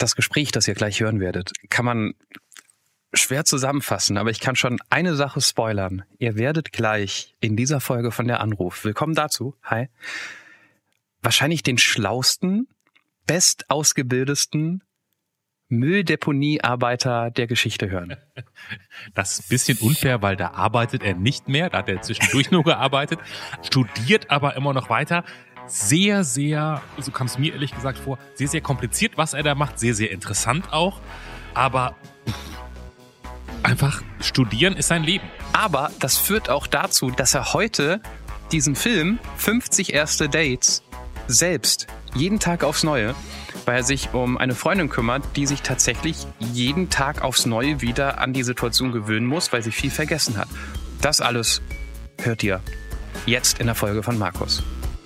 Das Gespräch, das ihr gleich hören werdet, kann man schwer zusammenfassen, aber ich kann schon eine Sache spoilern. Ihr werdet gleich in dieser Folge von der Anruf, willkommen dazu, hi, wahrscheinlich den schlausten, bestausgebildetsten Mülldeponiearbeiter der Geschichte hören. Das ist ein bisschen unfair, weil da arbeitet er nicht mehr, da hat er zwischendurch nur gearbeitet, studiert aber immer noch weiter. Sehr, sehr, so kam es mir ehrlich gesagt vor, sehr, sehr kompliziert, was er da macht, sehr, sehr interessant auch, aber einfach studieren ist sein Leben. Aber das führt auch dazu, dass er heute diesen Film 50 erste Dates selbst jeden Tag aufs Neue, weil er sich um eine Freundin kümmert, die sich tatsächlich jeden Tag aufs Neue wieder an die Situation gewöhnen muss, weil sie viel vergessen hat. Das alles hört ihr jetzt in der Folge von Markus.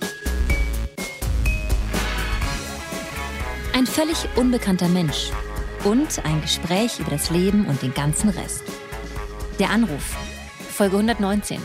Ein völlig unbekannter Mensch und ein Gespräch über das Leben und den ganzen Rest. Der Anruf, Folge 119.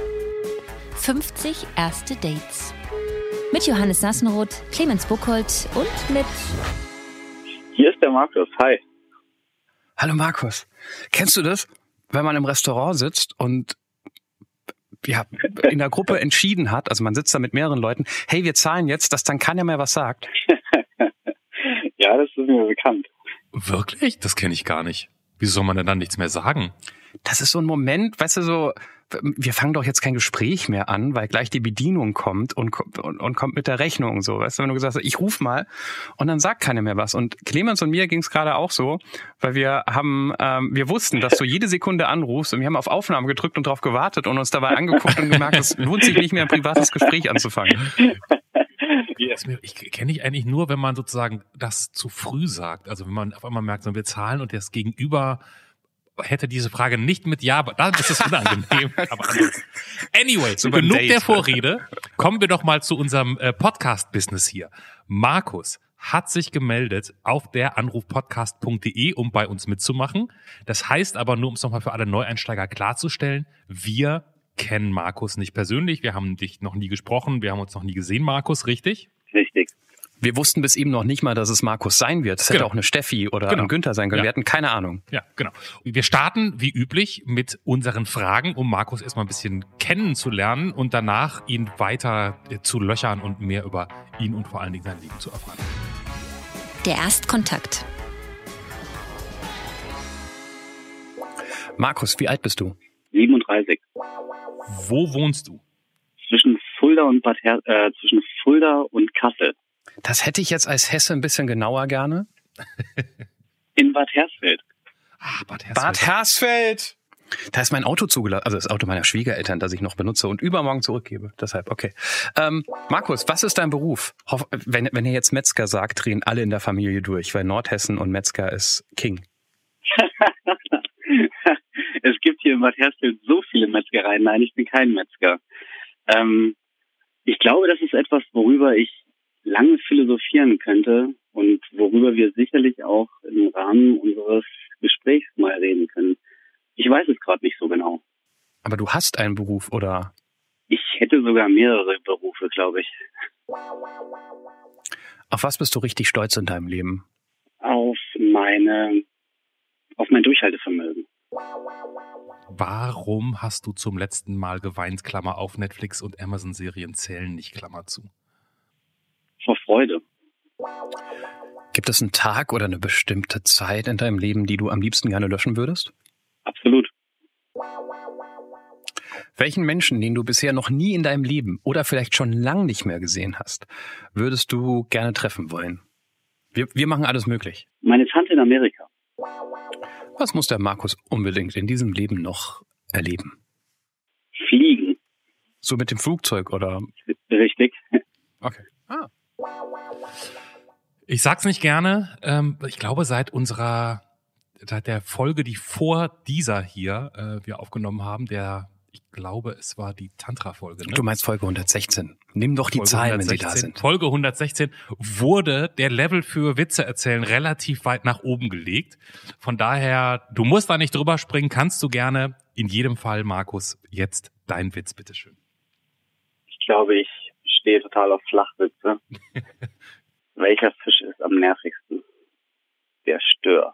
50 erste Dates. Mit Johannes Sassenroth, Clemens Buchholz und mit... Hier ist der Markus, hi. Hallo Markus. Kennst du das, wenn man im Restaurant sitzt und ja, in der Gruppe entschieden hat, also man sitzt da mit mehreren Leuten, hey, wir zahlen jetzt, dass dann keiner mehr was sagt? Ja, das ist mir bekannt. Wirklich? Das kenne ich gar nicht. Wieso soll man denn dann nichts mehr sagen? Das ist so ein Moment, weißt du, so, wir fangen doch jetzt kein Gespräch mehr an, weil gleich die Bedienung kommt und kommt mit der Rechnung, so, weißt du, wenn du gesagt hast, ich ruf mal und dann sagt keiner mehr was. Und Clemens und mir ging es gerade auch so, weil wir wussten, dass du jede Sekunde anrufst und wir haben auf Aufnahme gedrückt und drauf gewartet und uns dabei angeguckt und gemerkt, es lohnt sich nicht mehr, ein privates Gespräch anzufangen. Ich kenne ich eigentlich nur, wenn man sozusagen das zu früh sagt. Also wenn man auf einmal merkt, so, wir zahlen und das Gegenüber hätte diese Frage nicht mit Ja, aber dann ist es unangenehm. Aber anyway, so genug Date. Der Vorrede. Kommen wir doch mal zu unserem Podcast-Business hier. Markus hat sich gemeldet auf der anrufpodcast.de, um bei uns mitzumachen. Das heißt aber nur, um es nochmal für alle Neueinsteiger klarzustellen, wir kennen Markus nicht persönlich. Wir haben dich noch nie gesprochen. Wir haben uns noch nie gesehen, Markus, richtig? Richtig. Wir wussten bis eben noch nicht mal, dass es Markus sein wird. Es hätte auch eine Steffi oder ein Günther sein können. Ja. Wir hatten keine Ahnung. Ja, genau. Wir starten wie üblich mit unseren Fragen, um Markus erstmal ein bisschen kennenzulernen und danach ihn weiter zu löchern und mehr über ihn und vor allen Dingen sein Leben zu erfahren. Der Erstkontakt. Markus, wie alt bist du? 37. Wo wohnst du? Zwischen Fulda und Kassel. Das hätte ich jetzt als Hesse ein bisschen genauer gerne. In Bad Hersfeld. Ah, Bad Hersfeld. Bad Hersfeld! Da ist mein Auto zugelassen, also das Auto meiner Schwiegereltern, das ich noch benutze und übermorgen zurückgebe. Deshalb, okay. Markus, was ist dein Beruf? Wenn ihr jetzt Metzger sagt, drehen alle in der Familie durch, weil Nordhessen und Metzger ist King. Es gibt hier in Bad Hersfeld so viele Metzgereien. Nein, ich bin kein Metzger. Ich glaube, das ist etwas, worüber ich lange philosophieren könnte und worüber wir sicherlich auch im Rahmen unseres Gesprächs mal reden können. Ich weiß es gerade nicht so genau. Aber du hast einen Beruf, oder? Ich hätte sogar mehrere Berufe, glaube ich. Auf was bist du richtig stolz in deinem Leben? Auf mein Durchhaltevermögen. Warum hast du zum letzten Mal geweint, Klammer auf, Netflix und Amazon-Serien zählen nicht, Klammer zu? Vor Freude. Gibt es einen Tag oder eine bestimmte Zeit in deinem Leben, die du am liebsten gerne löschen würdest? Absolut. Welchen Menschen, den du bisher noch nie in deinem Leben oder vielleicht schon lang nicht mehr gesehen hast, würdest du gerne treffen wollen? Wir machen alles möglich. Meine Tante in Amerika. Was muss der Markus unbedingt in diesem Leben noch erleben? Fliegen. So mit dem Flugzeug, oder? Richtig. Okay. Ich sag's nicht gerne. Ich glaube, seit der Folge, die vor dieser hier wir aufgenommen haben, ich glaube, es war die Tantra-Folge. Ne? Du meinst Folge 116. Nimm doch die Folge Zahlen, 116, wenn sie da sind. Folge 116 wurde der Level für Witze erzählen relativ weit nach oben gelegt. Von daher, du musst da nicht drüber springen, kannst du gerne. In jedem Fall, Markus, jetzt dein Witz, bitteschön. Ich glaube, ich stehe total auf Flachwitze. Welcher Fisch ist am nervigsten? Stör.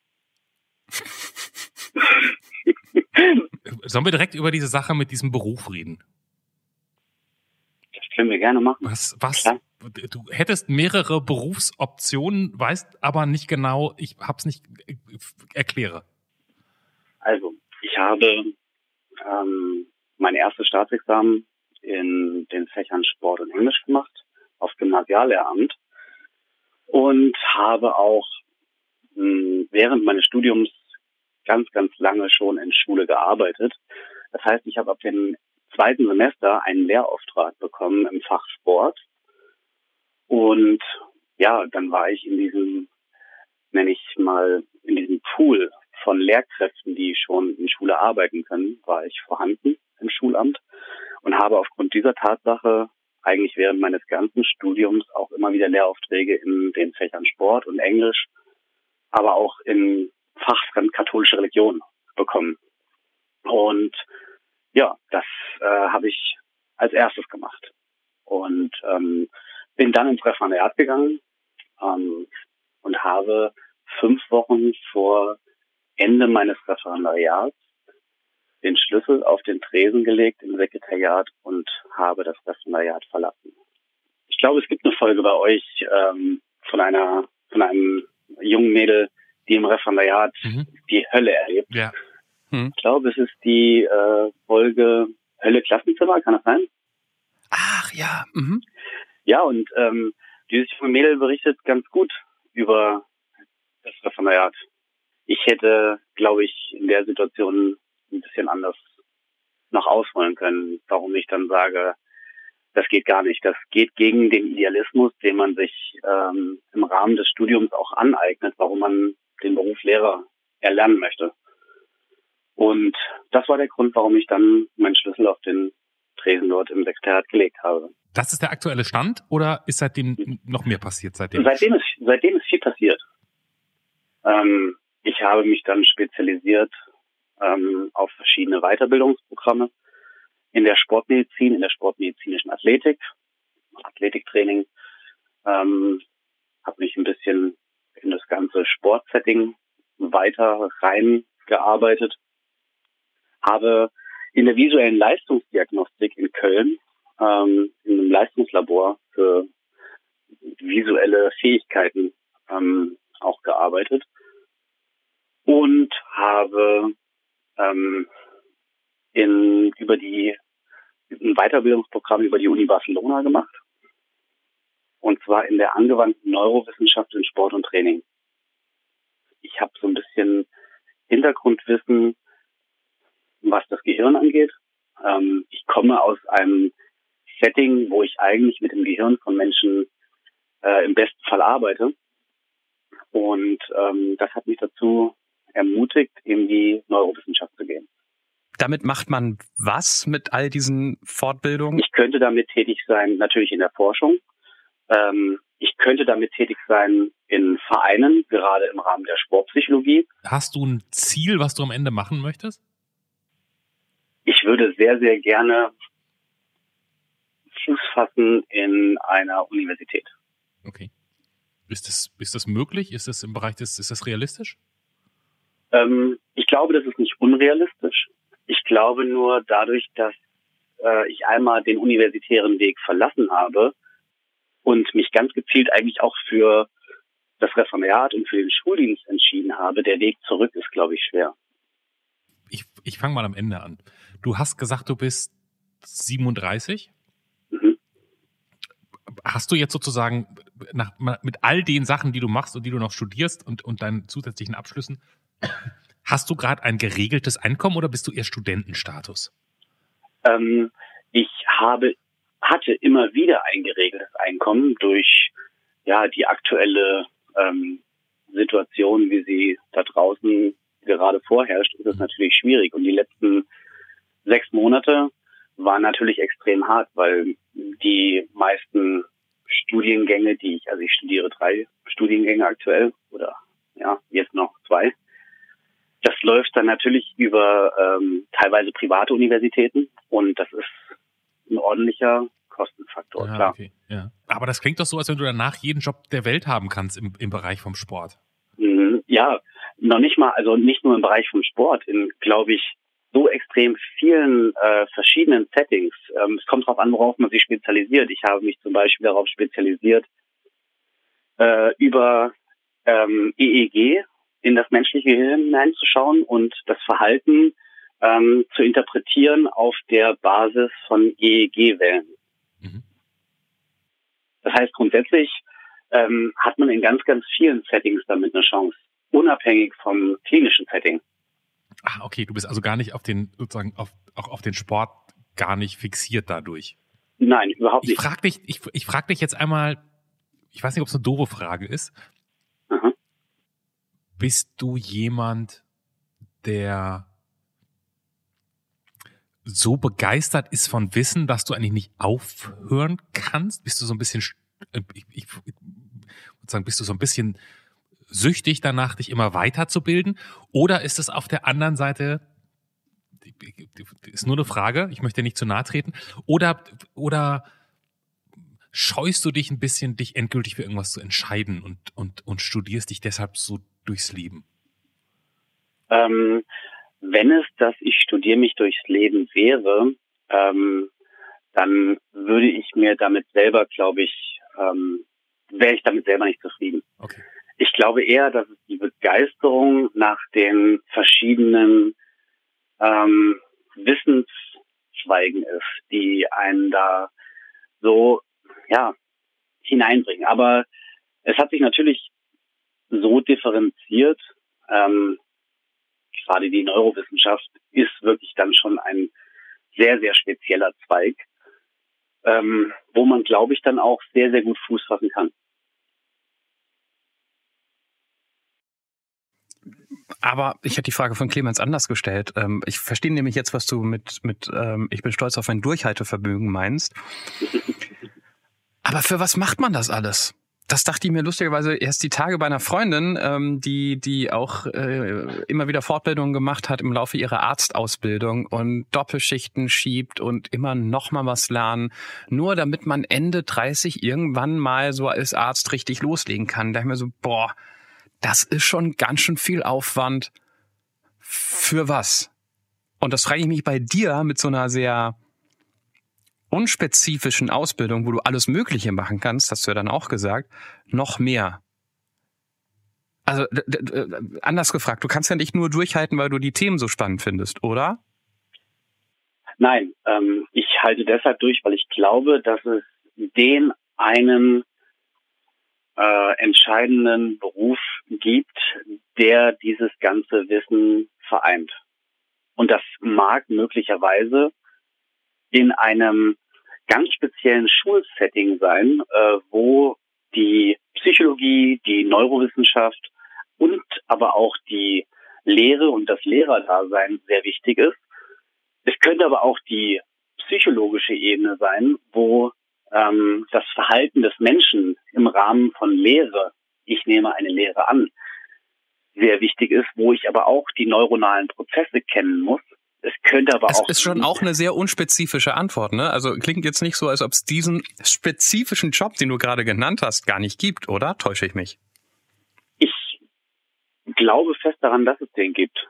Sollen wir direkt über diese Sache mit diesem Beruf reden? Das können wir gerne machen. Was? Klar. Du hättest mehrere Berufsoptionen, weißt aber nicht genau, ich hab's nicht, erkläre. Also, ich habe mein erstes Staatsexamen in den Fächern Sport und Englisch gemacht, auf Gymnasiallehramt, und habe auch während meines Studiums ganz, ganz lange schon in Schule gearbeitet. Das heißt, ich habe ab dem 2. Semester einen Lehrauftrag bekommen im Fach Sport. Und ja, dann war ich in diesem, nenne ich mal, in diesem Pool von Lehrkräften, die schon in Schule arbeiten können, war ich vorhanden im Schulamt und habe aufgrund dieser Tatsache eigentlich während meines ganzen Studiums auch immer wieder Lehraufträge in den Fächern Sport und Englisch, aber auch in Fachfremd katholische Religion bekommen. Und ja, das habe ich als erstes gemacht. Und bin dann ins Referendariat gegangen und habe 5 Wochen vor Ende meines Referendariats den Schlüssel auf den Tresen gelegt im Sekretariat und habe das Referendariat verlassen. Ich glaube, es gibt eine Folge bei euch von einem jungen Mädel, die im Referendariat die Hölle erlebt. Ja. Ich glaube, es ist die Folge Hölle Klassenzimmer, kann das sein? Ach ja. Ja, und dieses junge Mädel berichtet ganz gut über das Referendariat. Ich hätte, glaube ich, in der Situation ein bisschen anders noch ausholen können, warum ich dann sage, das geht gar nicht. Das geht gegen den Idealismus, den man sich im Rahmen des Studiums auch aneignet, warum man den Beruf Lehrer erlernen möchte. Und das war der Grund, warum ich dann meinen Schlüssel auf den Tresen dort im Sekretariat gelegt habe. Das ist der aktuelle Stand oder ist seitdem noch mehr passiert? Seitdem ist viel passiert. Ich habe mich dann spezialisiert auf verschiedene Weiterbildungsprogramme in der Sportmedizin, in der sportmedizinischen Athletik, Athletiktraining, habe mich ein bisschen in das ganze Sportsetting weiter reingearbeitet, habe in der visuellen Leistungsdiagnostik in Köln in einem Leistungslabor für visuelle Fähigkeiten auch gearbeitet und habe ein Weiterbildungsprogramm über die Uni Barcelona gemacht, und zwar in der angewandten Neurowissenschaft in Sport und Training. Ich habe so ein bisschen Hintergrundwissen, was das Gehirn angeht. Ich komme aus einem Setting, wo ich eigentlich mit dem Gehirn von Menschen im besten Fall arbeite. Und das hat mich dazu ermutigt, in die Neurowissenschaft zu gehen. Damit macht man was mit all diesen Fortbildungen? Ich könnte damit tätig sein, natürlich in der Forschung. Ich könnte damit tätig sein in Vereinen, gerade im Rahmen der Sportpsychologie. Hast du ein Ziel, was du am Ende machen möchtest? Ich würde sehr, sehr gerne Fuß fassen in einer Universität. Okay. Ist das möglich? Ist das im Bereich ist das realistisch? Ich glaube, das ist nicht unrealistisch. Ich glaube nur dadurch, dass ich einmal den universitären Weg verlassen habe und mich ganz gezielt eigentlich auch für das Referendariat und für den Schuldienst entschieden habe, der Weg zurück ist, glaube ich, schwer. Ich fange mal am Ende an. Du hast gesagt, du bist 37. Hast du jetzt sozusagen mit all den Sachen, die du machst und die du noch studierst und deinen zusätzlichen Abschlüssen, hast du gerade ein geregeltes Einkommen oder bist du eher Studentenstatus? Ich hatte immer wieder ein geregeltes Einkommen durch die aktuelle Situation, wie sie da draußen gerade vorherrscht, ist es natürlich schwierig. Und die letzten 6 Monate waren natürlich extrem hart, weil die meisten Studiengänge, ich studiere 3 Studiengänge aktuell oder jetzt noch 2. Das läuft dann natürlich über teilweise private Universitäten und das ist ein ordentlicher Kostenfaktor, klar. Okay, ja. Aber das klingt doch so, als wenn du danach jeden Job der Welt haben kannst im Bereich vom Sport. Ja, noch nicht mal, also nicht nur im Bereich vom Sport, in, glaube ich, so extrem vielen verschiedenen Settings. Es kommt darauf an, worauf man sich spezialisiert. Ich habe mich zum Beispiel darauf spezialisiert, über EEG in das menschliche Gehirn hineinzuschauen und das Verhalten zu interpretieren auf der Basis von EEG-Wellen. Mhm. Das heißt, grundsätzlich hat man in ganz, ganz vielen Settings damit eine Chance, unabhängig vom klinischen Setting. Ah, okay, du bist also gar nicht auf den, sozusagen, auch auf den Sport gar nicht fixiert dadurch. Nein, überhaupt nicht. Ich frag dich jetzt einmal, ich weiß nicht, ob es eine doofe Frage ist. Aha. Bist du jemand, der so begeistert ist von Wissen, dass du eigentlich nicht aufhören kannst? Bist du so ein bisschen, ich würde sagen, bist du so ein bisschen süchtig danach, dich immer weiterzubilden? Oder ist es auf der anderen Seite, ist nur eine Frage, ich möchte nicht zu nahe treten, oder scheust du dich ein bisschen, dich endgültig für irgendwas zu entscheiden und studierst dich deshalb so durchs Leben? Wenn es das Ich studiere mich durchs Leben wäre, dann würde ich mir damit selber, glaube ich, wäre ich damit selber nicht zufrieden. Okay. Ich glaube eher, dass es die Begeisterung nach den verschiedenen Wissenszweigen ist, die einen da so hineinbringen. Aber es hat sich natürlich so differenziert, gerade die Neurowissenschaft ist wirklich dann schon ein sehr, sehr spezieller Zweig, wo man, glaube ich, dann auch sehr, sehr gut Fuß fassen kann. Aber ich hätte die Frage von Clemens anders gestellt. Ich verstehe nämlich jetzt, was du mit ich bin stolz auf mein Durchhaltevermögen meinst. Aber für was macht man das alles? Das dachte ich mir lustigerweise erst die Tage bei einer Freundin, die auch immer wieder Fortbildungen gemacht hat im Laufe ihrer Arztausbildung und Doppelschichten schiebt und immer noch mal was lernen, nur damit man Ende 30 irgendwann mal so als Arzt richtig loslegen kann. Da dachte ich mir so, boah, das ist schon ganz schön viel Aufwand. Für was? Und das frage ich mich bei dir mit so einer sehr unspezifischen Ausbildung, wo du alles Mögliche machen kannst, hast du ja dann auch gesagt, noch mehr. Also anders gefragt, du kannst ja nicht nur durchhalten, weil du die Themen so spannend findest, oder? Nein, ich halte deshalb durch, weil ich glaube, dass es den einen entscheidenden Beruf gibt, der dieses ganze Wissen vereint. Und das mag möglicherweise in einem ganz speziellen Schulsetting sein, wo die Psychologie, die Neurowissenschaft und aber auch die Lehre und das Lehrerdasein sehr wichtig ist. Es könnte aber auch die psychologische Ebene sein, wo das Verhalten des Menschen im Rahmen von Lehre, ich nehme eine Lehre an, sehr wichtig ist, wo ich aber auch die neuronalen Prozesse kennen muss. Es könnte aber auch... Es ist schon auch eine sehr unspezifische Antwort, ne? Also klingt jetzt nicht so, als ob es diesen spezifischen Job, den du gerade genannt hast, gar nicht gibt, oder? Täusche ich mich? Ich glaube fest daran, dass es den gibt.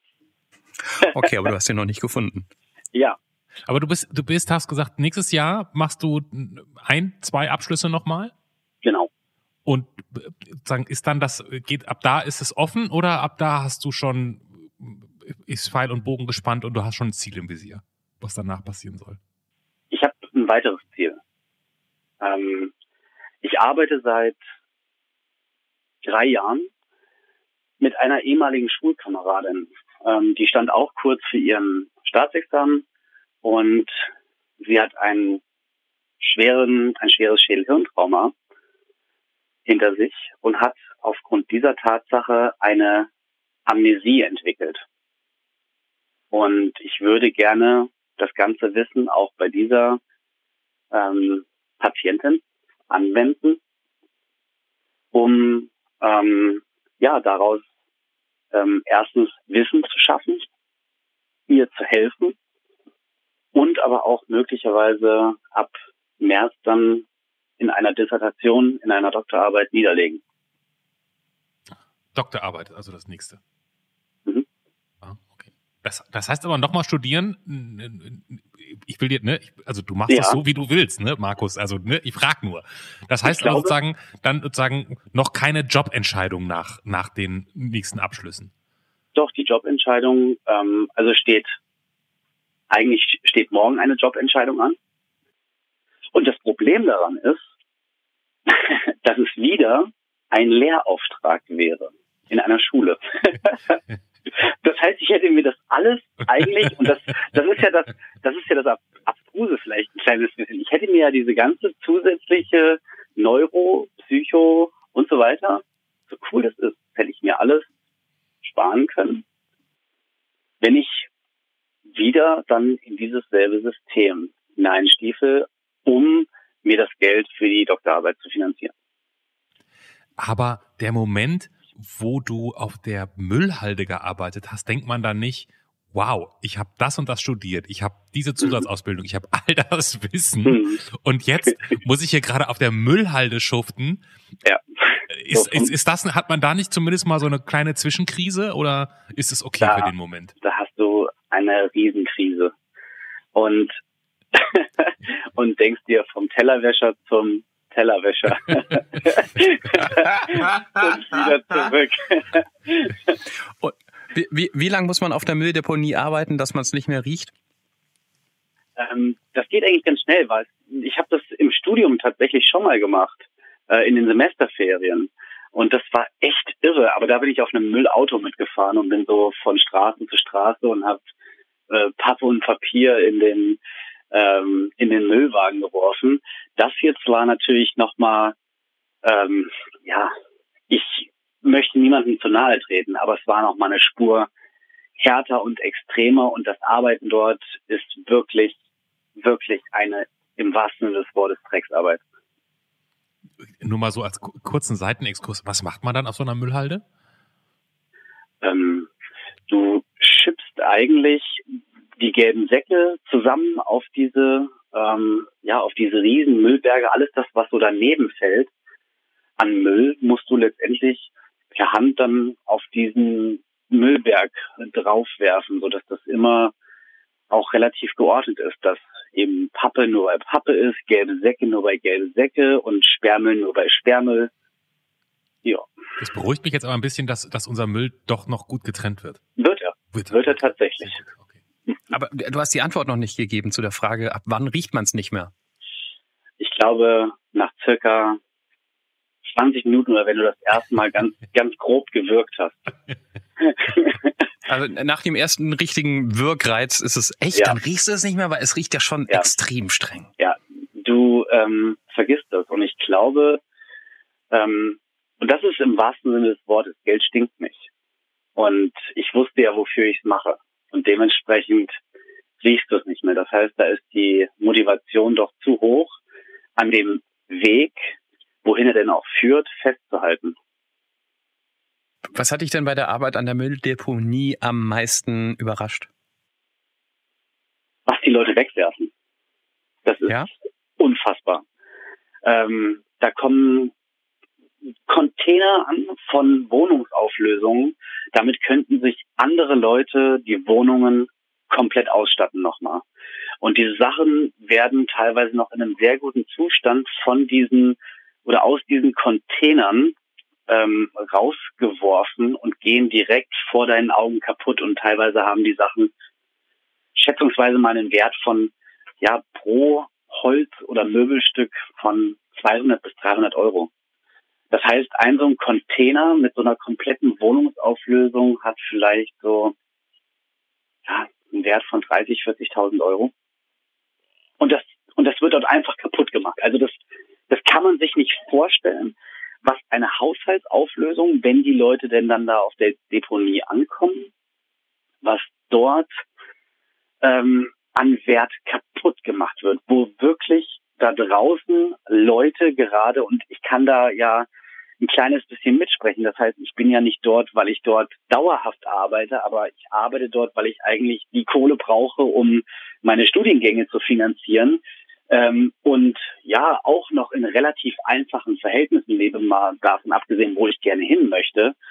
Okay, aber du hast den noch nicht gefunden. Ja. Aber du hast gesagt, nächstes Jahr machst du 2 Abschlüsse nochmal? Genau. Und sagen, ist dann ab da ist es offen oder ab da hast du schon, ist Pfeil und Bogen gespannt und du hast schon ein Ziel im Visier, was danach passieren soll? Ich habe ein weiteres Ziel. Ich arbeite seit 3 Jahren mit einer ehemaligen Schulkameradin. Die stand auch kurz für ihren Staatsexamen und sie hat ein schweres Schädel-Hirntrauma hinter sich und hat aufgrund dieser Tatsache eine Amnesie entwickelt. Und ich würde gerne das ganze Wissen auch bei dieser Patientin anwenden, um daraus erstens Wissen zu schaffen, ihr zu helfen und aber auch möglicherweise ab März dann in einer Dissertation, in einer Doktorarbeit niederlegen. Doktorarbeit, also das nächste. Mhm. Ah, okay. Das heißt aber nochmal studieren, ich will dir, ne, also du machst das so, wie du willst, ne, Markus, also ne, ich frag nur. Das heißt aber sozusagen noch keine Jobentscheidung nach den nächsten Abschlüssen. Doch, die Jobentscheidung, also steht morgen eine Jobentscheidung an. Und das Problem daran ist, dass es wieder ein Lehrauftrag wäre in einer Schule. Das heißt, ich hätte mir das alles eigentlich, und das ist ja das Abstruse vielleicht ein kleines bisschen. Ich hätte mir ja diese ganze zusätzliche Neuro, Psycho und so weiter, so cool das ist, hätte ich mir alles sparen können, wenn ich wieder dann in dieses selbe System hineinstiefel, um mir das Geld für die Doktorarbeit zu finanzieren. Aber der Moment, wo du auf der Müllhalde gearbeitet hast, denkt man dann nicht, wow, ich habe das und das studiert, ich habe diese Zusatzausbildung, ich habe all das Wissen und jetzt muss ich hier gerade auf der Müllhalde schuften. Ja. Hat man da nicht zumindest mal so eine kleine Zwischenkrise oder ist es okay für den Moment? Da hast du eine Riesenkrise und denkst dir vom Tellerwäscher zum Tellerwäscher und wieder zurück. Und wie lange muss man auf der Mülldeponie arbeiten, dass man es nicht mehr riecht? Das geht eigentlich ganz schnell, weil ich habe das im Studium tatsächlich schon mal gemacht, in den Semesterferien. Und das war echt irre. Aber da bin ich auf einem Müllauto mitgefahren und bin so von Straße zu Straße und habe Pappe und Papier in den Müllwagen geworfen. Das jetzt war natürlich nochmal, ich möchte niemandem zu nahe treten, aber es war nochmal eine Spur härter und extremer und das Arbeiten dort ist wirklich, wirklich eine, im wahrsten Sinne des Wortes, Drecksarbeit. Nur mal so als kurzen Seitenexkurs, was macht man dann auf so einer Müllhalde? Du schippst eigentlich die gelben Säcke zusammen auf diese riesen Müllberge. Alles das, was so daneben fällt an Müll, musst du letztendlich per Hand dann auf diesen Müllberg draufwerfen, sodass das immer auch relativ geordnet ist, dass eben Pappe nur bei Pappe ist, gelbe Säcke nur bei gelbe Säcke und Sperrmüll nur bei Sperrmüll. Ja. Das beruhigt mich jetzt aber ein bisschen, dass unser Müll doch noch gut getrennt wird. Wird er tatsächlich. Okay. Aber du hast die Antwort noch nicht gegeben zu der Frage, ab wann riecht man es nicht mehr? Ich glaube, nach circa 20 Minuten oder wenn du das erste Mal ganz grob gewürgt hast. Also nach dem ersten richtigen Wirkreiz ist es echt, dann riechst du es nicht mehr, weil es riecht ja schon extrem streng. Ja, du vergisst das. Und ich glaube, und das ist im wahrsten Sinne des Wortes, Geld stinkt nicht. Und ich wusste ja, wofür ich es mache. Und dementsprechend riechst du es nicht mehr. Das heißt, da ist die Motivation doch zu hoch, an dem Weg, wohin er denn auch führt, festzuhalten. Was hat dich denn bei der Arbeit an der Mülldeponie am meisten überrascht? Was die Leute wegwerfen. Das ist unfassbar. Da kommen Container an von Wohnungsauflösungen. Damit könnten sich andere Leute die Wohnungen komplett ausstatten nochmal. Und diese Sachen werden teilweise noch in einem sehr guten Zustand von diesen oder aus diesen Containern rausgeworfen und gehen direkt vor deinen Augen kaputt. Und teilweise haben die Sachen schätzungsweise mal einen Wert von pro Holz- oder Möbelstück von 200 bis 300 Euro. Das heißt, so ein Container mit so einer kompletten Wohnungsauflösung hat vielleicht so einen Wert von 30.000, 40.000 Euro. Und das wird dort einfach kaputt gemacht. Also das kann man sich nicht vorstellen, was eine Haushaltsauflösung, wenn die Leute denn dann da auf der Deponie ankommen, was dort an Wert kaputt gemacht wird, wo wirklich da draußen Leute gerade, und ich kann da ja ein kleines bisschen mitsprechen, das heißt, ich bin ja nicht dort, weil ich dort dauerhaft arbeite, aber ich arbeite dort, weil ich eigentlich die Kohle brauche, um meine Studiengänge zu finanzieren, und auch noch in relativ einfachen Verhältnissen lebe, mal davon abgesehen, wo ich gerne hin möchte.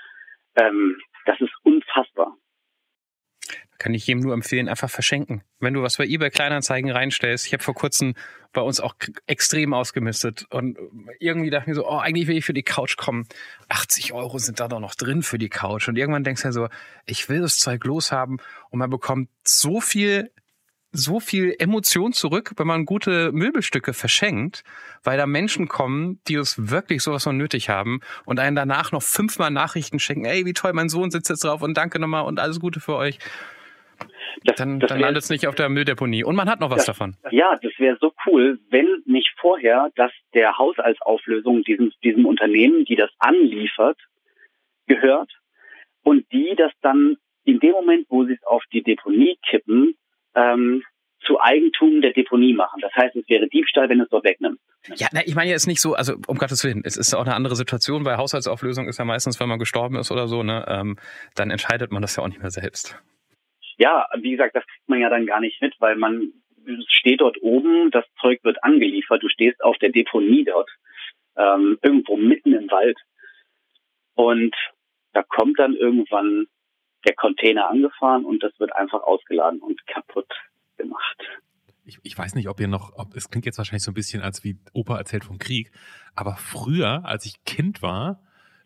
Das ist unfassbar. Kann ich jedem nur empfehlen, einfach verschenken. Wenn du was bei eBay Kleinanzeigen reinstellst, ich habe vor kurzem bei uns auch extrem ausgemistet und irgendwie dachte ich mir so, eigentlich will ich für die Couch kommen. 80 € sind da doch noch drin für die Couch. Und irgendwann denkst du ja so, ich will das Zeug loshaben und man bekommt so viel Emotion zurück, wenn man gute Möbelstücke verschenkt, weil da Menschen kommen, die es wirklich sowas von nötig haben und einen danach noch 5-mal Nachrichten schenken, ey, wie toll, mein Sohn sitzt jetzt drauf und danke nochmal und alles Gute für euch. Dann landet es nicht auf der Mülldeponie. Und man hat noch was davon. Ja, das wäre so cool, wenn nicht vorher, dass der Haushaltsauflösung diesem Unternehmen, die das anliefert, gehört und die das dann in dem Moment, wo sie es auf die Deponie kippen, zu Eigentum der Deponie machen. Das heißt, es wäre Diebstahl, wenn du es dort wegnimmst. Ja, ich meine jetzt nicht so, also um Gottes Willen, es ist auch eine andere Situation, weil Haushaltsauflösung ist ja meistens, wenn man gestorben ist oder so, ne, dann entscheidet man das ja auch nicht mehr selbst. Ja, wie gesagt, das kriegt man ja dann gar nicht mit, weil man steht dort oben, das Zeug wird angeliefert, du stehst auf der Deponie dort, irgendwo mitten im Wald. Und da kommt dann irgendwann der Container angefahren und das wird einfach ausgeladen und kaputt gemacht. Ich weiß nicht, ob es klingt jetzt wahrscheinlich so ein bisschen, als wie Opa erzählt vom Krieg, aber früher, als ich Kind war,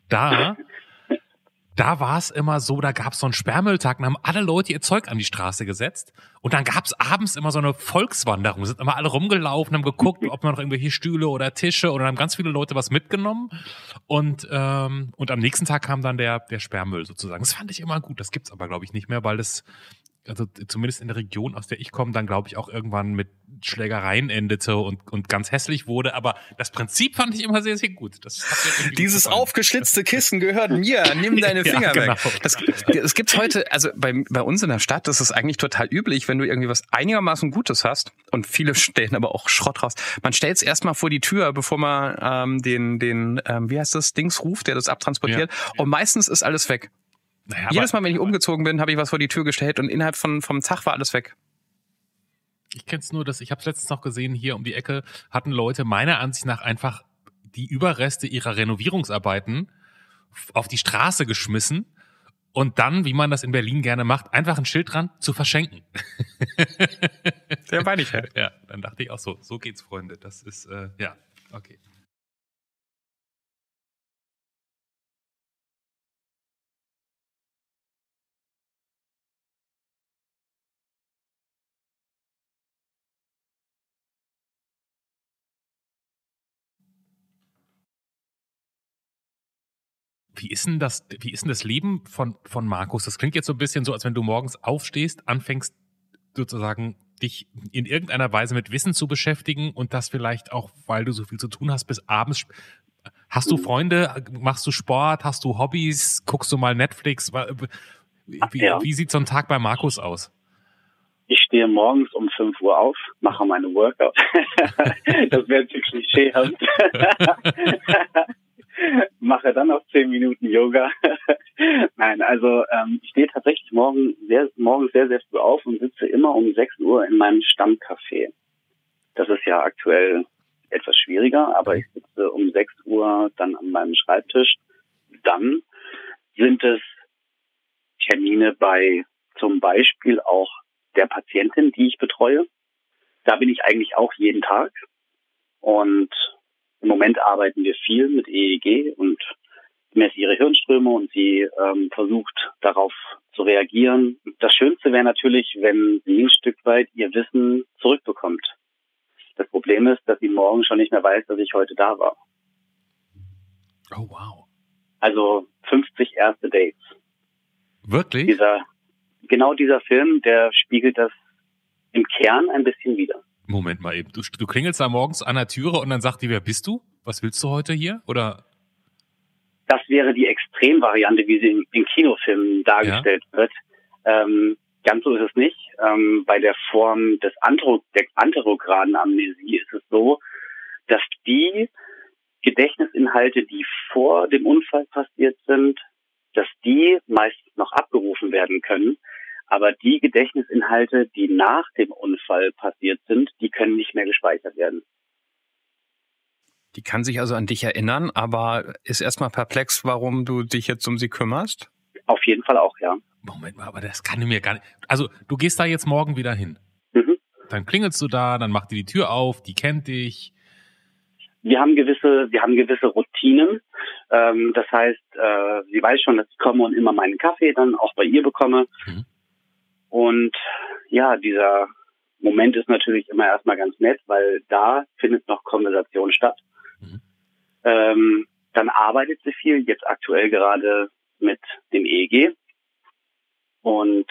da war es immer so, da gab es so einen Sperrmülltag, und haben alle Leute ihr Zeug an die Straße gesetzt und dann gab es abends immer so eine Volkswanderung, sind immer alle rumgelaufen, haben geguckt, ob man noch irgendwelche Stühle oder Tische, oder haben ganz viele Leute was mitgenommen und am nächsten Tag kam dann der Sperrmüll sozusagen. Das fand ich immer gut, das gibt's aber glaube ich nicht mehr, weil das, also zumindest in der Region, aus der ich komme, dann glaube ich auch irgendwann mit Schlägereien endete und ganz hässlich wurde. Aber das Prinzip fand ich immer sehr, sehr gut. Dieses aufgeschlitzte Kissen gehört mir. Nimm deine Finger weg. Das gibt's heute, also bei uns in der Stadt, das ist eigentlich total üblich, wenn du irgendwie was einigermaßen Gutes hast, und viele stellen aber auch Schrott raus. Man stellt es erstmal vor die Tür, bevor man den wie heißt das, Dings ruft, der das abtransportiert. Ja. Und meistens ist alles weg. Naja, jedes Mal, wenn ich umgezogen bin, habe ich was vor die Tür gestellt und innerhalb vom Tag war alles weg. Ich kenne es nur, ich habe es letztens noch gesehen, hier um die Ecke hatten Leute meiner Ansicht nach einfach die Überreste ihrer Renovierungsarbeiten auf die Straße geschmissen und dann, wie man das in Berlin gerne macht, einfach ein Schild dran zu verschenken. Der meine ich halt. Ja, dann dachte ich auch so geht's, Freunde. Das ist, ja, okay. Wie ist denn das Leben von Markus? Das klingt jetzt so ein bisschen so, als wenn du morgens aufstehst, anfängst sozusagen dich in irgendeiner Weise mit Wissen zu beschäftigen und das vielleicht auch, weil du so viel zu tun hast, bis abends. Hast du Freunde? Machst du Sport? Hast du Hobbys? Guckst du mal Netflix? Wie sieht so ein Tag bei Markus aus? Ich stehe morgens um 5 Uhr auf, mache meine Workout. Das wäre zu klischeehaft. Mache dann noch 10 Minuten Yoga. Nein, also ich stehe tatsächlich morgens sehr, sehr früh auf und sitze immer um 6 Uhr in meinem Stammcafé. Das ist ja aktuell etwas schwieriger, aber ich sitze um 6 Uhr dann an meinem Schreibtisch. Dann sind es Termine bei zum Beispiel auch der Patientin, die ich betreue. Da bin ich eigentlich auch jeden Tag. Und im Moment arbeiten wir viel mit EEG und messe ihre Hirnströme und sie versucht darauf zu reagieren. Das Schönste wäre natürlich, wenn sie ein Stück weit ihr Wissen zurückbekommt. Das Problem ist, dass sie morgen schon nicht mehr weiß, dass ich heute da war. Oh, wow. Also 50 erste Dates. Wirklich? Dieser Film, der spiegelt das im Kern ein bisschen wider. Moment mal eben. Du klingelst da morgens an der Türe und dann sagt die, wer bist du? Was willst du heute hier? Oder? Das wäre die Extremvariante, wie sie in Kinofilmen dargestellt wird. Ganz so ist es nicht. Bei der Form der anterograden Amnesie ist es so, dass die Gedächtnisinhalte, die vor dem Unfall passiert sind, dass die meistens noch abgerufen werden können. Aber die Gedächtnisinhalte, die nach dem Unfall passiert sind, die können nicht mehr gespeichert werden. Die kann sich also an dich erinnern, aber ist erstmal perplex, warum du dich jetzt um sie kümmerst? Auf jeden Fall auch, ja. Moment mal, aber das kann ich mir gar nicht. Also, du gehst da jetzt morgen wieder hin. Mhm. Dann klingelst du da, dann macht die Tür auf, die kennt dich. Wir haben gewisse Routinen. Das heißt, sie weiß schon, dass ich komme und immer meinen Kaffee dann auch bei ihr bekomme. Mhm. Und ja, dieser Moment ist natürlich immer erstmal ganz nett, weil da findet noch Konversation statt. Mhm. Dann arbeitet sie viel, jetzt aktuell gerade mit dem EEG. Und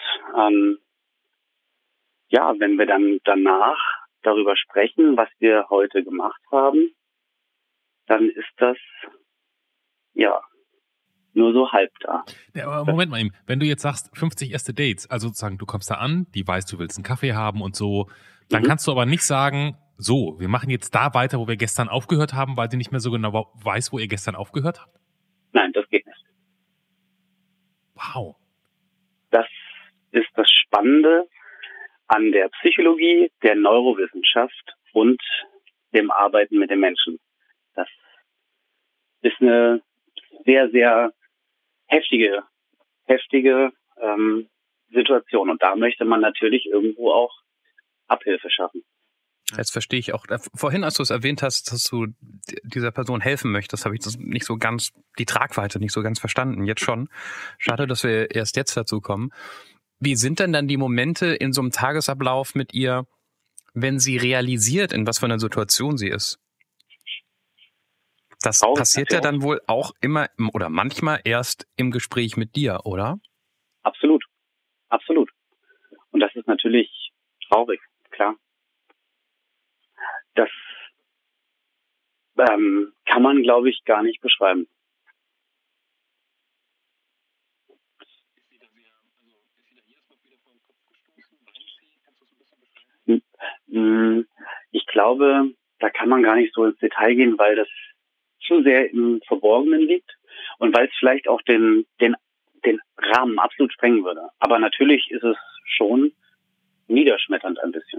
ja, wenn wir dann danach darüber sprechen, was wir heute gemacht haben, dann ist das ja nur so halb da. Ja, aber Moment mal eben, wenn du jetzt sagst 50 erste Dates, also sozusagen du kommst da an, die weiß, du willst einen Kaffee haben und so, dann kannst du aber nicht sagen, so, wir machen jetzt da weiter, wo wir gestern aufgehört haben, weil sie nicht mehr so genau weiß, wo ihr gestern aufgehört habt? Nein, das geht nicht. Wow. Das ist das Spannende an der Psychologie, der Neurowissenschaft und dem Arbeiten mit den Menschen. Das ist eine sehr, sehr heftige Situation. Und da möchte man natürlich irgendwo auch Abhilfe schaffen. Jetzt verstehe ich auch. Vorhin, als du es erwähnt hast, dass du dieser Person helfen möchtest, habe ich das nicht so ganz, die Tragweite nicht so ganz verstanden. Jetzt schon. Schade, dass wir erst jetzt dazu kommen. Wie sind denn dann die Momente in so einem Tagesablauf mit ihr, wenn sie realisiert, in was für einer Situation sie ist? Das passiert ja dann wohl auch immer oder manchmal erst im Gespräch mit dir, oder? Absolut. Absolut. Und das ist natürlich traurig, klar. Das kann man, glaube ich, gar nicht beschreiben. Ich glaube, da kann man gar nicht so ins Detail gehen, weil das zu sehr im Verborgenen liegt und weil es vielleicht auch den Rahmen absolut sprengen würde. Aber natürlich ist es schon niederschmetternd ein bisschen.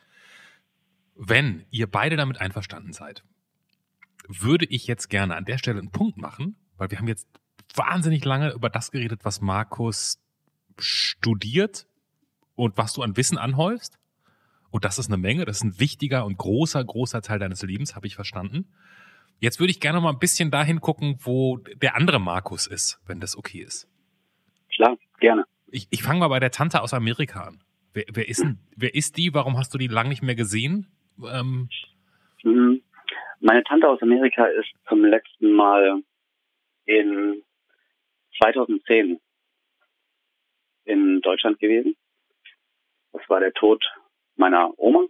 Wenn ihr beide damit einverstanden seid, würde ich jetzt gerne an der Stelle einen Punkt machen, weil wir haben jetzt wahnsinnig lange über das geredet, was Markus studiert und was du an Wissen anhäufst. Und das ist eine Menge, das ist ein wichtiger und großer Teil deines Lebens, habe ich verstanden. Jetzt würde ich gerne mal ein bisschen dahin gucken, wo der andere Markus ist, wenn das okay ist. Klar, gerne. Ich fange mal bei der Tante aus Amerika an. Wer ist die? Warum hast du die lange nicht mehr gesehen? Meine Tante aus Amerika ist zum letzten Mal in 2010 in Deutschland gewesen. Das war der Tod meiner Oma.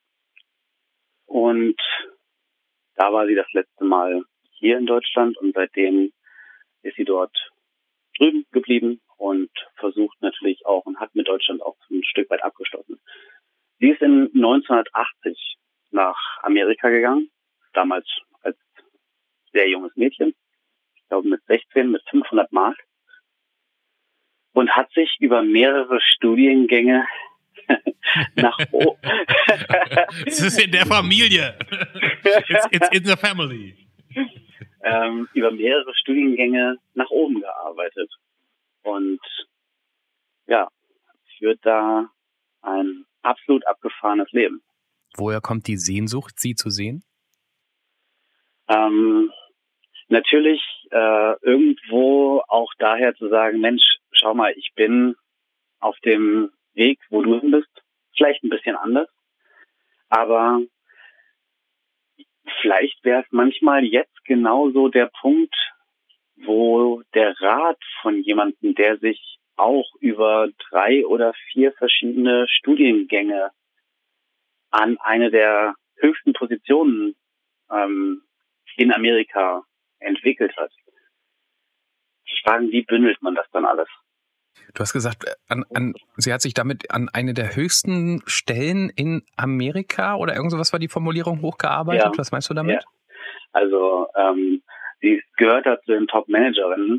Und da war sie das letzte Mal hier in Deutschland und seitdem ist sie dort drüben geblieben und versucht natürlich auch und hat mit Deutschland auch ein Stück weit abgeschlossen. Sie ist in 1980 nach Amerika gegangen, damals als sehr junges Mädchen, ich glaube mit 16, mit 500 Mark und hat sich über mehrere Studiengänge nach oben. Es ist in der Familie. It's in the family. Über mehrere Studiengänge nach oben gearbeitet. Und ja, führt da ein absolut abgefahrenes Leben. Woher kommt die Sehnsucht, sie zu sehen? Natürlich irgendwo auch daher zu sagen, Mensch, schau mal, ich bin auf dem Weg, wo du hin bist, vielleicht ein bisschen anders, aber vielleicht wäre es manchmal jetzt genauso der Punkt, wo der Rat von jemandem, der sich auch über 3 oder 4 verschiedene Studiengänge an eine der höchsten Positionen in Amerika entwickelt hat. Ich frage, wie bündelt man das dann alles? Du hast gesagt, sie hat sich damit an eine der höchsten Stellen in Amerika oder irgend sowas war die Formulierung hochgearbeitet. Ja. Was meinst du damit? Ja. Also sie gehört da zu den Top-Managerinnen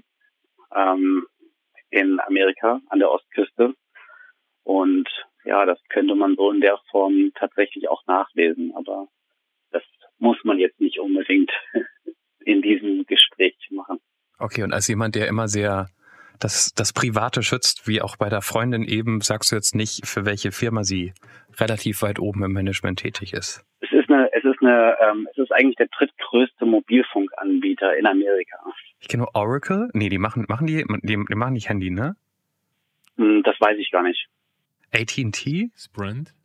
in Amerika an der Ostküste. Und ja, das könnte man so in der Form tatsächlich auch nachlesen. Aber das muss man jetzt nicht unbedingt in diesem Gespräch machen. Okay, und als jemand, der immer sehr das Private schützt, wie auch bei der Freundin eben, sagst du jetzt nicht, für welche Firma sie relativ weit oben im Management tätig ist. Es ist eigentlich der drittgrößte Mobilfunkanbieter in Amerika. Ich kenne nur Oracle. Nee, die machen nicht Handy, ne? Das weiß ich gar nicht. AT&T? Sprint?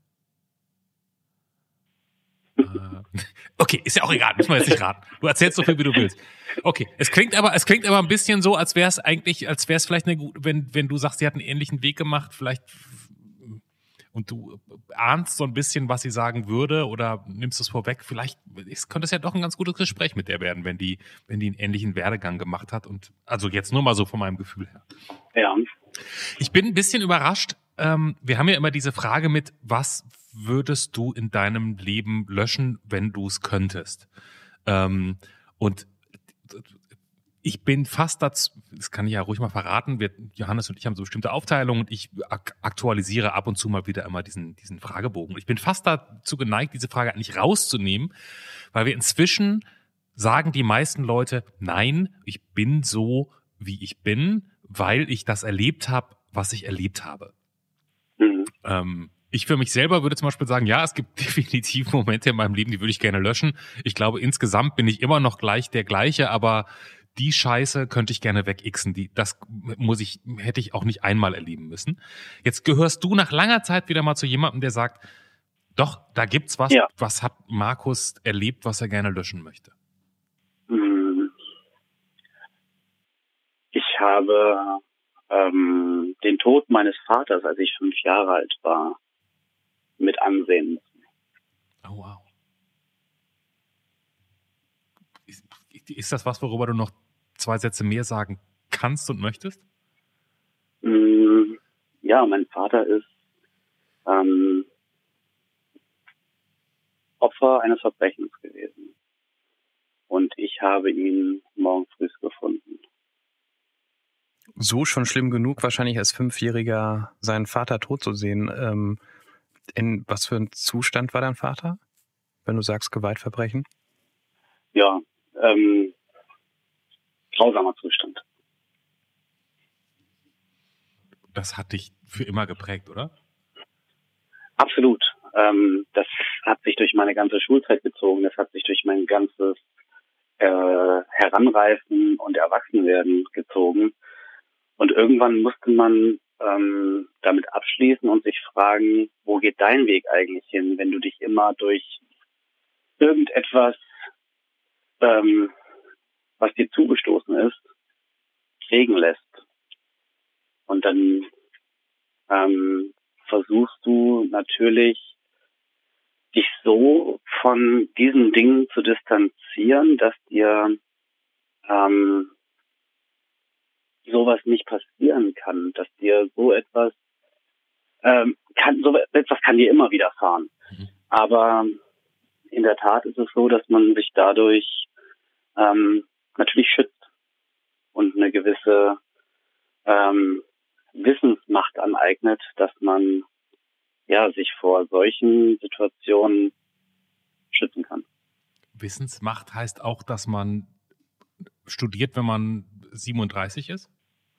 Okay, ist ja auch egal, müssen wir jetzt nicht raten. Du erzählst so viel, wie du willst. Okay, es klingt aber ein bisschen so, als wäre es vielleicht eine gute, wenn du sagst, sie hat einen ähnlichen Weg gemacht, vielleicht, und du ahnst so ein bisschen, was sie sagen würde, oder nimmst es vorweg, vielleicht könnte es ja doch ein ganz gutes Gespräch mit der werden, wenn die einen ähnlichen Werdegang gemacht hat, und also jetzt nur mal so von meinem Gefühl her. Ja. Ich bin ein bisschen überrascht. Wir haben ja immer diese Frage mit, was würdest du in deinem Leben löschen, wenn du es könntest? Und ich bin fast dazu, das kann ich ja ruhig mal verraten, Johannes und ich haben so bestimmte Aufteilungen, und ich aktualisiere ab und zu mal wieder immer diesen Fragebogen. Ich bin fast dazu geneigt, diese Frage eigentlich rauszunehmen, weil wir inzwischen sagen die meisten Leute, nein, ich bin so, wie ich bin, weil ich das erlebt habe, was ich erlebt habe. Ich für mich selber würde zum Beispiel sagen, ja, es gibt definitiv Momente in meinem Leben, die würde ich gerne löschen. Ich glaube, insgesamt bin ich immer noch der gleiche, aber die Scheiße könnte ich gerne wegixen. Hätte ich auch nicht einmal erleben müssen. Jetzt gehörst du nach langer Zeit wieder mal zu jemandem, der sagt, doch, da gibt's was. Ja. Was hat Markus erlebt, was er gerne löschen möchte? Ich habe den Tod meines Vaters, als ich 5 Jahre alt war, mit ansehen müssen. Oh, wow. Ist das was, worüber du noch 2 Sätze mehr sagen kannst und möchtest? Ja, mein Vater ist Opfer eines Verbrechens gewesen. Und ich habe ihn morgen früh gefunden. So schon schlimm genug, wahrscheinlich als 5-Jähriger seinen Vater tot zu sehen. In was für ein Zustand war dein Vater, wenn du sagst Gewaltverbrechen? Ja, grausamer Zustand. Das hat dich für immer geprägt, oder? Absolut. Das hat sich durch meine ganze Schulzeit gezogen. Das hat sich durch mein ganzes Heranreifen und Erwachsenwerden gezogen. Und irgendwann musste man damit abschließen und sich fragen, wo geht dein Weg eigentlich hin, wenn du dich immer durch irgendetwas, was dir zugestoßen ist, prägen lässt. Und dann versuchst du natürlich, dich so von diesen Dingen zu distanzieren, dass dir sowas nicht passieren kann, dass dir so etwas kann dir immer widerfahren. Aber in der Tat ist es so, dass man sich dadurch natürlich schützt und eine gewisse Wissensmacht aneignet, dass man sich vor solchen Situationen schützen kann. Wissensmacht heißt auch, dass man studiert, wenn man 37 ist?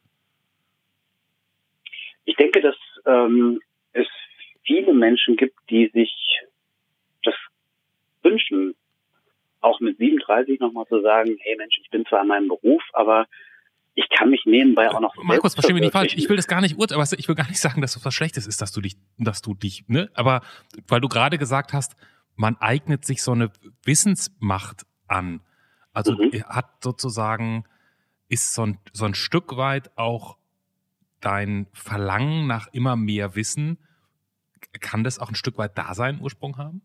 Ich denke, dass es viele Menschen gibt, die sich das wünschen, auch mit 37 nochmal zu sagen, hey Mensch, ich bin zwar an meinem Beruf, aber ich kann mich nebenbei auch noch... Markus, versteh mich nicht falsch, ich will das gar nicht urteilen, ich will gar nicht sagen, dass das was Schlechtes ist, dass du dich, ne? Aber weil du gerade gesagt hast, man eignet sich so eine Wissensmacht an. Also hat sozusagen, ist so ein Stück weit auch dein Verlangen nach immer mehr Wissen, kann das auch ein Stück weit da seinen Ursprung haben?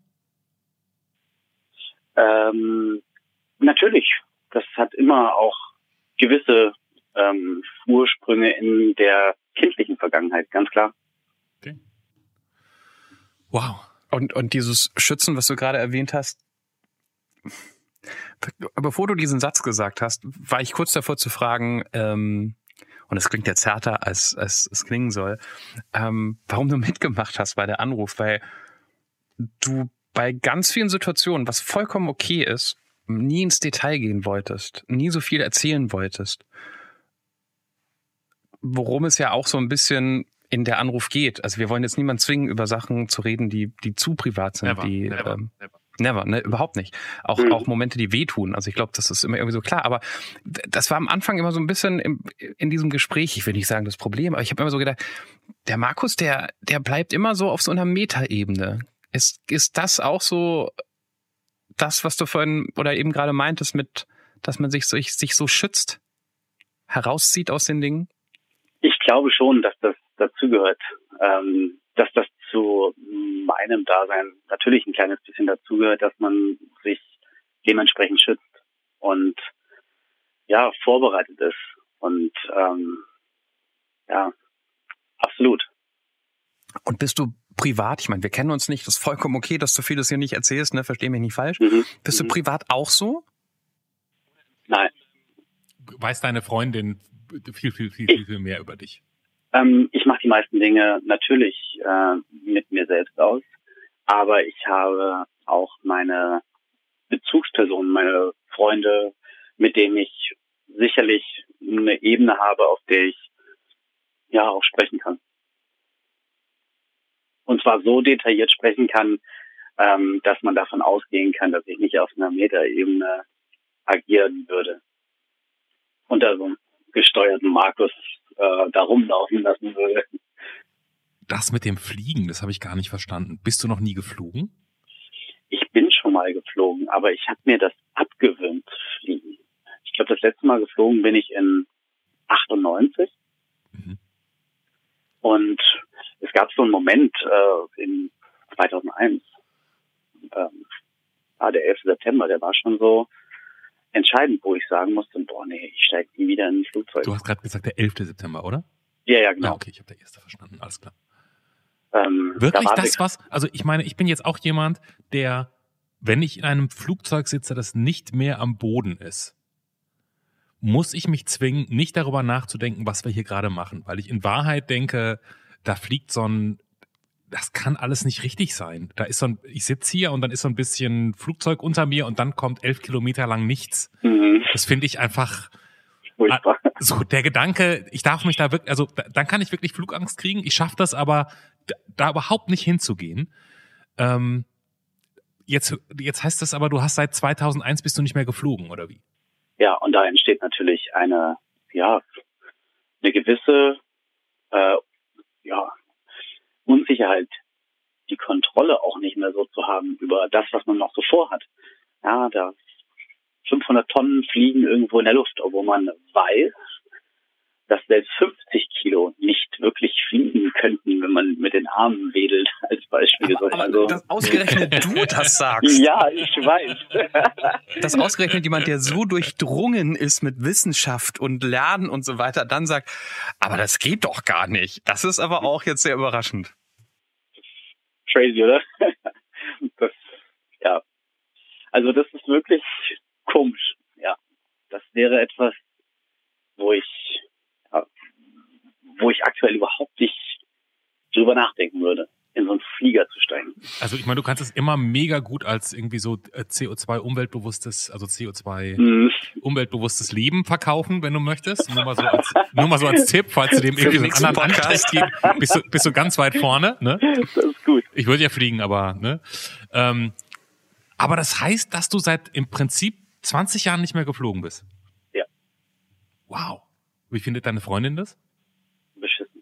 Natürlich. Das hat immer auch gewisse Ursprünge in der kindlichen Vergangenheit, ganz klar. Okay. Wow. Und dieses Schützen, was du gerade erwähnt hast, bevor du diesen Satz gesagt hast, war ich kurz davor zu fragen, und es klingt jetzt härter, als es klingen soll, warum du mitgemacht hast bei der Anruf, weil du bei ganz vielen Situationen, was vollkommen okay ist, nie ins Detail gehen wolltest, nie so viel erzählen wolltest. worum es ja auch so ein bisschen in der Anruf geht. Also wir wollen jetzt niemanden zwingen, über Sachen zu reden, die zu privat sind. Never, ne, überhaupt nicht. Auch Momente, die wehtun. Also ich glaube, das ist immer irgendwie so klar. Aber das war am Anfang immer so ein bisschen in diesem Gespräch, ich will nicht sagen das Problem, aber ich habe immer so gedacht, der Markus, der bleibt immer so auf so einer Metaebene. Ist das auch so das, was du vorhin oder eben gerade meintest, mit, dass man sich so schützt, herauszieht aus den Dingen? Ich glaube schon, dass das dazugehört, dass das zu meinem Dasein natürlich ein kleines bisschen dazugehört, dass man sich dementsprechend schützt und ja, vorbereitet ist. Und ja, absolut. Und bist du privat, ich meine, wir kennen uns nicht, das ist vollkommen okay, dass du vieles hier nicht erzählst, ne? Versteh mich nicht falsch. Bist du privat auch so? Nein. Weiß deine Freundin viel mehr über dich? Ich mache die meisten Dinge natürlich mit mir selbst aus, aber ich habe auch meine Bezugspersonen, meine Freunde, mit denen ich sicherlich eine Ebene habe, auf der ich ja auch sprechen kann. Und zwar so detailliert sprechen kann, dass man davon ausgehen kann, dass ich nicht auf einer Metaebene agieren würde. Unter so einem gesteuerten Markus da rumlaufen lassen würde. Das mit dem Fliegen, das habe ich gar nicht verstanden. Bist du noch nie geflogen? Ich bin schon mal geflogen, aber ich habe mir das abgewöhnt zu fliegen. Ich glaube, das letzte Mal geflogen bin ich in 98. Und es gab so einen Moment in 2001. Der 11. September, der war schon so entscheidend, wo ich sagen musste, ich steige nie wieder in ein Flugzeug. Du hast gerade gesagt, der 11. September, oder? Ja, genau. Okay, ich habe der 1. verstanden, alles klar. Wirklich das was? Also ich meine, ich bin jetzt auch jemand, der, wenn ich in einem Flugzeug sitze, das nicht mehr am Boden ist, muss ich mich zwingen, nicht darüber nachzudenken, was wir hier gerade machen, weil ich in Wahrheit denke, da fliegt das kann alles nicht richtig sein. Da ist ich sitze hier und dann ist so ein bisschen Flugzeug unter mir und dann kommt 11 Kilometer lang nichts. Das finde ich einfach furchtbar. So der Gedanke, ich darf mich da wirklich, also dann kann ich wirklich Flugangst kriegen. Ich schaffe das aber, da überhaupt nicht hinzugehen. Jetzt heißt das aber, du hast seit 2001 bist du nicht mehr geflogen, oder wie? Ja, und da entsteht natürlich eine gewisse Unsicherheit, die Kontrolle auch nicht mehr so zu haben über das, was man noch so vorhat. Ja, da 500 Tonnen fliegen irgendwo in der Luft, obwohl man weiß, dass selbst 50 Kilo nicht wirklich fliegen könnten, wenn man mit den Armen wedelt, als Beispiel. Aber dass ausgerechnet du das sagst. Ja, ich weiß. Dass ausgerechnet jemand, der so durchdrungen ist mit Wissenschaft und Lernen und so weiter, dann sagt, aber das geht doch gar nicht. Das ist aber auch jetzt sehr überraschend. Crazy, oder? Also das ist wirklich komisch. Ja, das wäre etwas, wo ich aktuell überhaupt nicht drüber nachdenken würde, in so einen Flieger zu steigen. Also ich meine, du kannst es immer mega gut als irgendwie so CO2-umweltbewusstes, also CO2-umweltbewusstes Leben verkaufen, wenn du möchtest. Nur mal so als Tipp, falls du dem irgendwie so einen anderen Anteil gibst, bist du ganz weit vorne. Ne? Das ist gut. Ich würde ja fliegen, aber ne. Aber das heißt, dass du seit im Prinzip 20 Jahren nicht mehr geflogen bist? Ja. Wow. Wie findet deine Freundin das? Beschissen.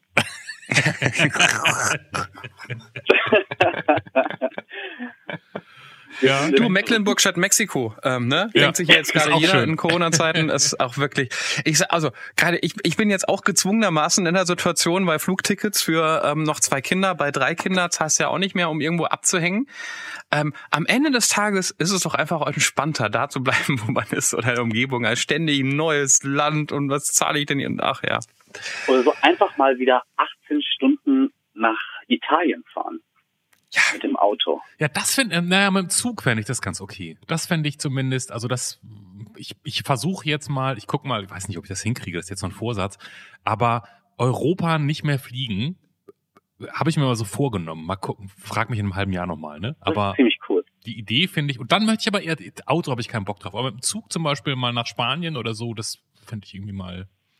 Ja. Du, Mecklenburg statt Mexiko, ne? Ja. Denkt sich ja jetzt gerade jeder schön. in Corona-Zeiten, ist auch wirklich, ich bin jetzt auch gezwungenermaßen in der Situation, weil Flugtickets für noch 2 Kinder, bei 3 Kindern zahlst du ja auch nicht mehr, um irgendwo abzuhängen. Am Ende des Tages ist es doch einfach entspannter, da zu bleiben, wo man ist oder in der Umgebung, als ständig ein neues Land und was zahle ich denn hier? Ach ja. Oder so einfach mal wieder 18 Stunden nach Italien fahren. Ja. Mit dem Auto. Ja, das mit dem Zug fände ich das ganz okay. Das fände ich zumindest, also ich versuche jetzt mal, ich guck mal, ich weiß nicht, ob ich das hinkriege, das ist jetzt so ein Vorsatz, aber Europa nicht mehr fliegen, habe ich mir mal so vorgenommen. Mal gucken, frag mich in einem halben Jahr nochmal, ne? Aber das ist ziemlich cool. Die Idee finde ich, und dann möchte ich aber eher, Auto habe ich keinen Bock drauf, aber mit dem Zug zum Beispiel mal nach Spanien oder so, das fände ich irgendwie mal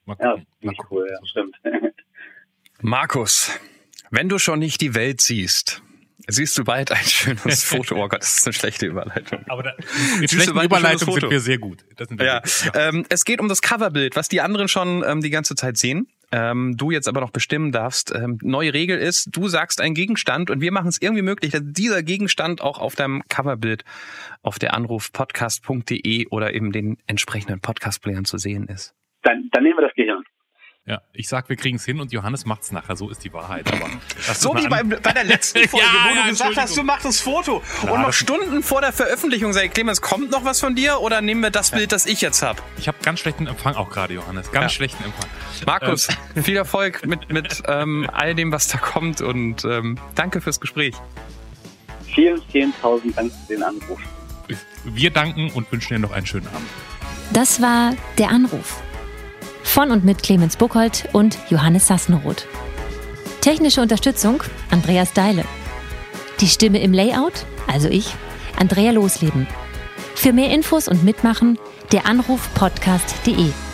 Mal gucken. Ja, cool, ja, stimmt. Markus, wenn du schon nicht die Welt siehst du bald ein schönes Foto. Oh Gott, das ist eine schlechte Überleitung. Aber mit schlechten Überleitungen sind wir sehr gut. Es geht um das Coverbild, was die anderen schon die ganze Zeit sehen. Du jetzt aber noch bestimmen darfst. Neue Regel ist, du sagst einen Gegenstand und wir machen es irgendwie möglich, dass dieser Gegenstand auch auf deinem Coverbild auf der anrufpodcast.de oder eben den entsprechenden Podcast-Playern zu sehen ist. Dann nehmen wir das Gehirn. Ja, ich sag, wir kriegen es hin und Johannes macht's nachher. So ist die Wahrheit. Aber so wie bei der letzten Folge, wo du gesagt hast, du machst das Foto. Klar, und noch Stunden vor der Veröffentlichung sag ich, Clemens, kommt noch was von dir oder nehmen wir das Bild, das ich jetzt habe? Ich habe ganz schlechten Empfang auch gerade, Johannes. Ganz schlechten Empfang. Markus, viel Erfolg mit all dem, was da kommt und danke fürs Gespräch. Vielen, vielen tausend Dank für den Anruf. Wir danken und wünschen dir noch einen schönen Abend. Das war Der Anruf. Von und mit Clemens Buchholz und Johannes Sassenroth. Technische Unterstützung Andreas Deile. Die Stimme im Layout, also ich, Andrea Losleben. Für mehr Infos und Mitmachen, deranrufpodcast.de.